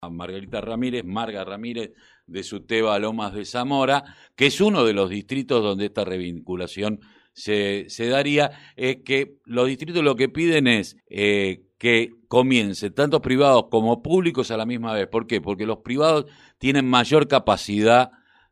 Margarita Ramírez, Marga Ramírez, de Suteba Lomas de Zamora, que es uno de los distritos donde esta revinculación se daría. Es que los distritos lo que piden es que comience tanto privados como públicos a la misma vez. ¿Por qué? Porque los privados tienen mayor capacidad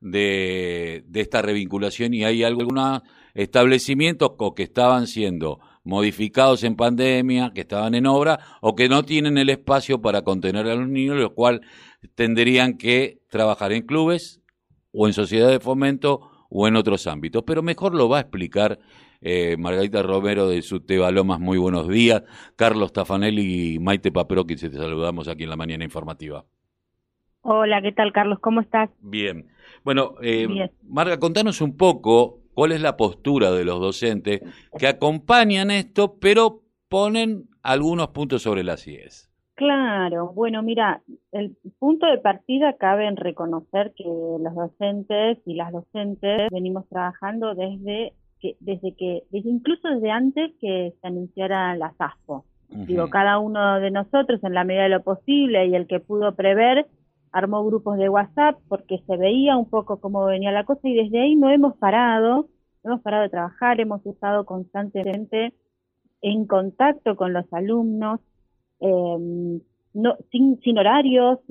de esta revinculación y hay algunos establecimientos que estaban siendo modificados en pandemia, que estaban en obra o que no tienen el espacio para contener a los niños, lo cual tendrían que trabajar en clubes o en sociedades de fomento o en otros ámbitos. Pero mejor lo va a explicar Margarita Romero de Suteba Lomas. Muy buenos días. Carlos Tafanelli y Maite Paprocki, te saludamos aquí en la mañana informativa. Hola, ¿qué tal, Carlos? ¿Cómo estás? Bien. Bueno, Bien. Marga, contanos un poco cuál es la postura de los docentes que acompañan esto, pero ponen algunos puntos sobre las IES. Claro, bueno, mira, el punto de partida cabe en reconocer que los docentes y las docentes venimos trabajando desde incluso desde antes que se anunciara la SAFO. Digo, Uh-huh. cada uno de nosotros, en la medida de lo posible y el que pudo prever, armó grupos de WhatsApp porque se veía un poco cómo venía la cosa y desde ahí no hemos parado de trabajar, hemos estado constantemente en contacto con los alumnos, no, sin horarios,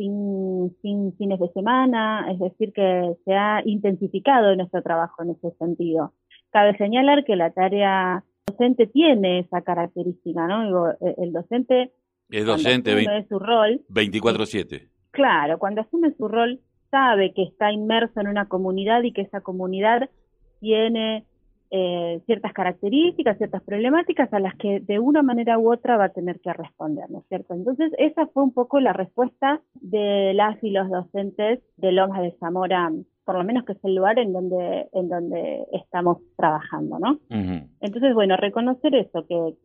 sin fines de semana, es decir, que se ha intensificado nuestro trabajo en ese sentido. Cabe señalar que la tarea docente tiene esa característica, ¿no? Digo, el docente, Es cuando docente asume su rol, es 24/7. claro, cuando asume su rol, sabe que está inmerso en una comunidad y que esa comunidad tiene ciertas características, ciertas problemáticas a las que de una manera u otra va a tener que responder, ¿no es cierto? Entonces, esa fue un poco la respuesta de las y los docentes de Lomas de Zamora, por lo menos que es el lugar en donde estamos trabajando, ¿no? Uh-huh. Entonces, bueno, reconocer eso,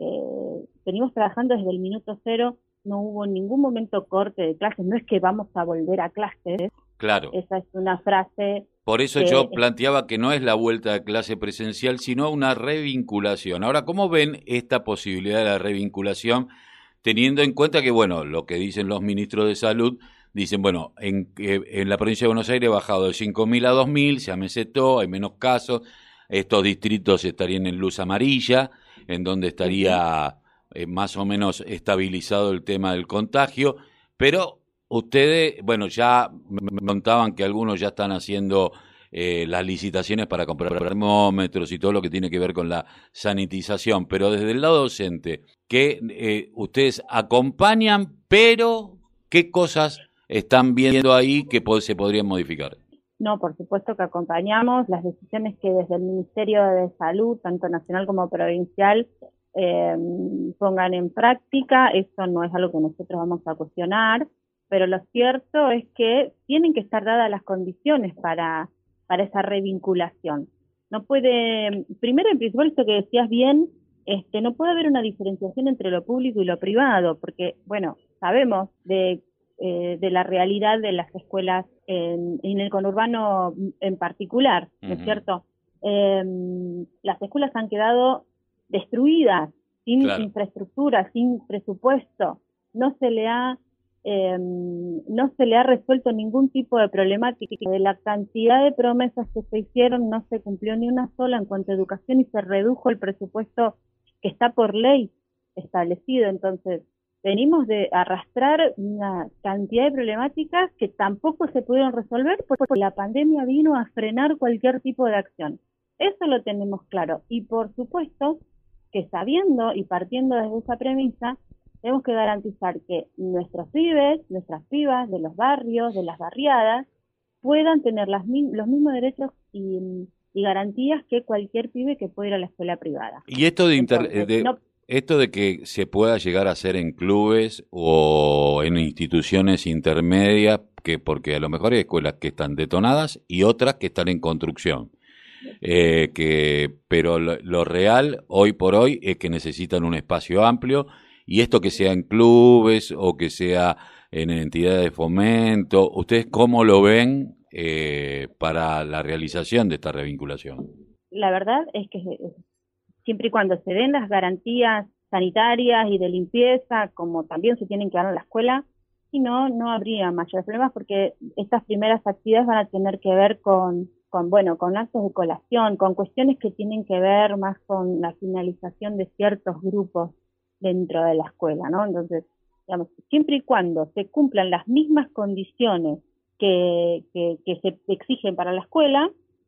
que venimos trabajando desde el minuto cero, no hubo en ningún momento corte de clases, no es que vamos a volver a clases, Claro. esa es una frase Por eso que yo planteaba que no es la vuelta a clase presencial, sino una revinculación. Ahora, ¿cómo ven esta posibilidad de la revinculación, teniendo en cuenta que, bueno, lo que dicen los ministros de salud, dicen, bueno, en la provincia de Buenos Aires ha bajado de 5.000 a 2.000, se amesetó, hay menos casos, estos distritos estarían en luz amarilla, en donde ujú, estaría más o menos estabilizado el tema del contagio, pero ustedes, bueno, ya me contaban que algunos ya están haciendo las licitaciones para comprar termómetros y todo lo que tiene que ver con la sanitización, pero desde el lado docente, que ustedes acompañan, pero ¿qué cosas están viendo ahí que se podrían modificar? no, por supuesto que acompañamos las decisiones que desde el Ministerio de Salud, tanto nacional como provincial, eh, pongan en práctica. Eso no es algo que nosotros vamos a cuestionar, pero lo cierto es que tienen que estar dadas las condiciones para esa revinculación. No puede, primero en principal esto que decías bien, no puede haber una diferenciación entre lo público y lo privado, porque, bueno, sabemos de la realidad de las escuelas en el conurbano en particular, ¿no es Uh-huh. cierto? Las escuelas han quedado destruidas, sin Claro. infraestructura, sin presupuesto, no se le ha no se le ha resuelto ningún tipo de problemática. De la cantidad de promesas que se hicieron, no se cumplió ni una sola en cuanto a educación y se redujo el presupuesto que está por ley establecido. Entonces, venimos de arrastrar una cantidad de problemáticas que tampoco se pudieron resolver porque la pandemia vino a frenar cualquier tipo de acción. Eso lo tenemos claro. Y por supuesto que sabiendo y partiendo desde esa premisa, tenemos que garantizar que nuestros pibes, nuestras pibas de los barrios, de las barriadas, puedan tener los mismos derechos y garantías que cualquier pibe que pueda ir a la escuela privada. Y esto Entonces, no, esto de que se pueda llegar a hacer en clubes o en instituciones intermedias, que porque a lo mejor hay escuelas que están detonadas y otras que están en construcción. Pero lo real hoy por hoy es que necesitan un espacio amplio y esto que sea en clubes o que sea en entidades de fomento, ¿ustedes cómo lo ven para la realización de esta revinculación? la verdad es que siempre y cuando se den las garantías sanitarias y de limpieza, como también se tienen que dar en la escuela, y no habría mayores problemas porque estas primeras actividades van a tener que ver con actos de colación, con cuestiones que tienen que ver más con la finalización de ciertos grupos dentro de la escuela, ¿no? Entonces, digamos, siempre y cuando se cumplan las mismas condiciones que se exigen para la escuela,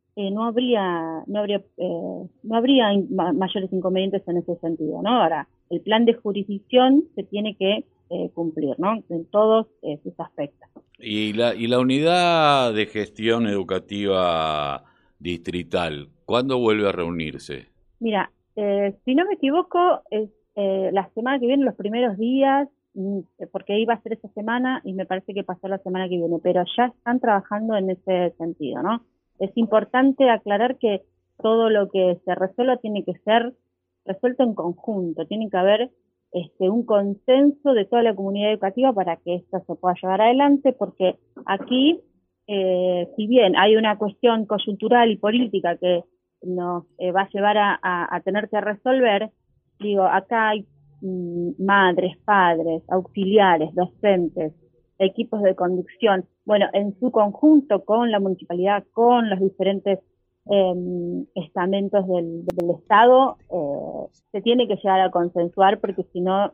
no habría mayores inconvenientes en ese sentido, ¿no? Ahora, el plan de jurisdicción se tiene que cumplir, ¿no? En todos sus aspectos. Y la unidad de gestión educativa distrital, ¿cuándo vuelve a reunirse? Mira, si no me equivoco, es la semana que viene, los primeros días, porque iba a ser esta semana y me parece que pasó la semana que viene, pero ya están trabajando en ese sentido, ¿no? Es importante aclarar que todo lo que se resuelva tiene que ser resuelto en conjunto, tiene que haber un consenso de toda la comunidad educativa para que esto se pueda llevar adelante, porque aquí, si bien hay una cuestión coyuntural y política que nos va a llevar a tener que resolver, digo, acá hay madres, padres, auxiliares, docentes, equipos de conducción, bueno, en su conjunto con la municipalidad, con los diferentes estamentos del Estado, se tiene que llegar a consensuar porque si no,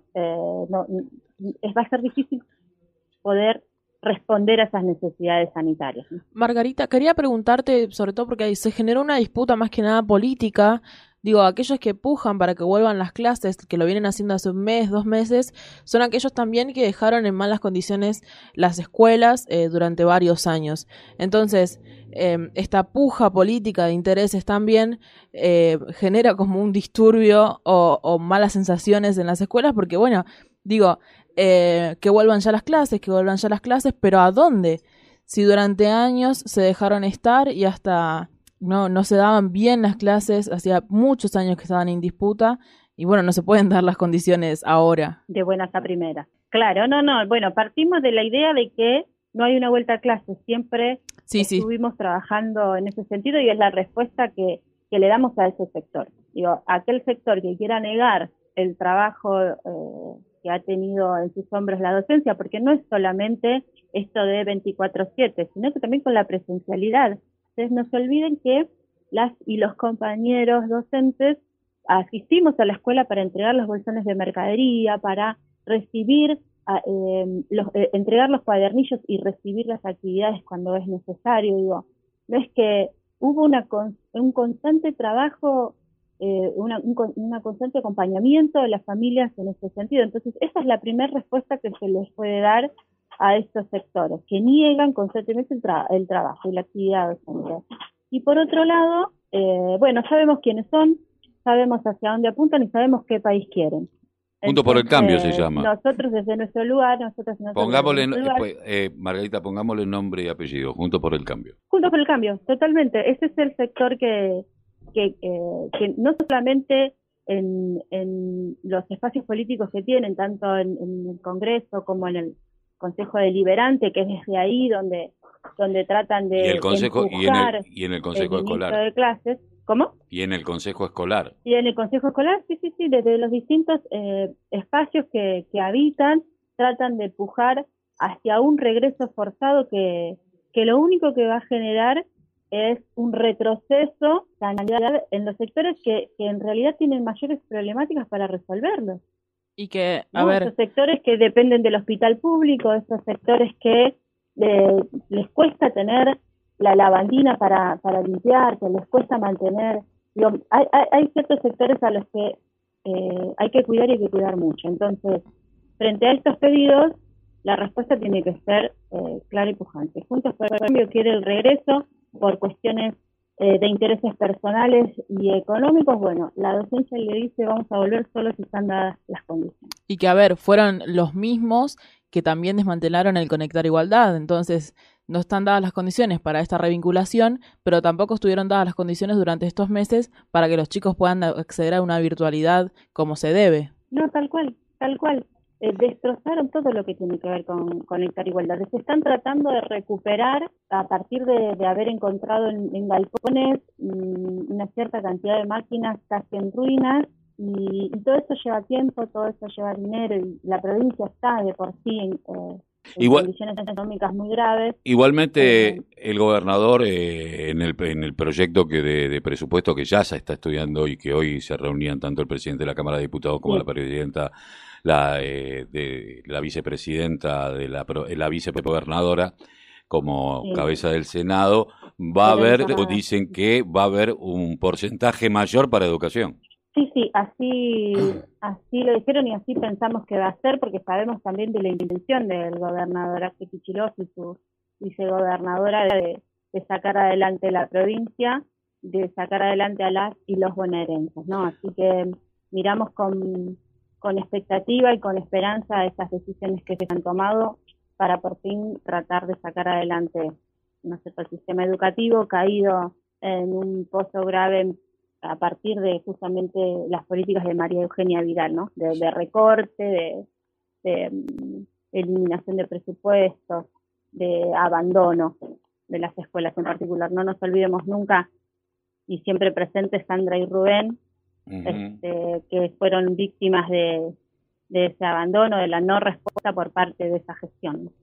va a ser difícil poder responder a esas necesidades sanitarias, ¿no? Margarita, quería preguntarte, sobre todo porque se generó una disputa más que nada política. Digo, aquellos que pujan para que vuelvan las clases, que lo vienen haciendo hace un mes, 2 meses, son aquellos también que dejaron en malas condiciones las escuelas durante varios años. Entonces, esta puja política de intereses también genera como un disturbio o malas sensaciones en las escuelas, porque bueno, digo, que vuelvan ya las clases, pero ¿a dónde? Si durante años se dejaron estar y hasta no se daban bien las clases, hacía muchos años que estaban en disputa y bueno, no se pueden dar las condiciones ahora. De buenas a primeras. Claro, bueno, partimos de la idea de que no hay una vuelta a clases, siempre estuvimos trabajando en ese sentido y es la respuesta que le damos a ese sector. Digo, aquel sector que quiera negar el trabajo que ha tenido en sus hombros la docencia, porque no es solamente esto de 24/7, sino que también con la presencialidad. Entonces no se olviden que las y los compañeros docentes asistimos a la escuela para entregar los bolsones de mercadería, para recibir, entregar los cuadernillos y recibir las actividades cuando es necesario. Digo, no es que hubo un constante trabajo, una constante acompañamiento de las familias en ese sentido. Entonces, esa es la primera respuesta que se les puede dar a estos sectores, que niegan constantemente el trabajo y la actividad docente. Y por otro lado, bueno, sabemos quiénes son, sabemos hacia dónde apuntan y sabemos qué país quieren. Junto por el cambio se llama. Nosotros desde nuestro lugar, Margarita, pongámosle nombre y apellido, Junto por el Cambio. Junto por el Cambio, totalmente. Ese es el sector que no solamente en los espacios políticos que tienen, tanto en el Congreso como en el Consejo Deliberante, que es desde ahí donde tratan de empujar y en el Consejo Escolar de clases. ¿Cómo? Y en el Consejo Escolar. Y en el Consejo Escolar, sí, desde los distintos espacios que habitan, tratan de empujar hacia un regreso forzado que lo único que va a generar es un retroceso en los sectores que en realidad tienen mayores problemáticas para resolverlos. Y que, esos sectores que dependen del hospital público, esos sectores que les cuesta tener la lavandina para limpiar, que les cuesta mantener. Hay ciertos sectores a los que hay que cuidar y hay que cuidar mucho. Entonces, frente a estos pedidos, la respuesta tiene que ser clara y pujante. Juntos por el Cambio quiere el regreso por cuestiones de intereses personales y económicos. Bueno, la docencia le dice vamos a volver solo si están dadas las condiciones. Y que, fueron los mismos que también desmantelaron el Conectar Igualdad. Entonces, no están dadas las condiciones para esta revinculación, pero tampoco estuvieron dadas las condiciones durante estos meses para que los chicos puedan acceder a una virtualidad como se debe. No, tal cual. Destrozaron todo lo que tiene que ver con Conectar Igualdad. Se están tratando de recuperar a partir de haber encontrado en galpones una cierta cantidad de máquinas casi en ruinas, y todo eso lleva tiempo, todo eso lleva dinero, y la provincia está de por sí en Igual, condiciones económicas muy graves. igualmente, el gobernador, en el proyecto de presupuesto que ya se está estudiando y que hoy se reunían tanto el presidente de la Cámara de Diputados como la Sí, presidenta, la vicepresidenta, la vicegobernadora, como sí, cabeza del Senado, va a haber, Verónica Rada. dicen que va a haber un porcentaje mayor para educación. Sí, sí, así lo dijeron y así pensamos que va a ser, porque sabemos también de la intención del gobernador Axel Kicillof y su vicegobernadora de sacar adelante la provincia, de sacar adelante a las y los bonaerenses, ¿no? Así que miramos con expectativa y con esperanza esas decisiones que se han tomado para por fin tratar de sacar adelante, no sé, el sistema educativo caído en un pozo grave a partir de justamente las políticas de María Eugenia Vidal, ¿no? De recorte, eliminación de presupuestos, de abandono de las escuelas en particular. No nos olvidemos nunca, y siempre presentes Sandra y Rubén, Ujú. que fueron víctimas de ese abandono, de la no respuesta por parte de esa gestión.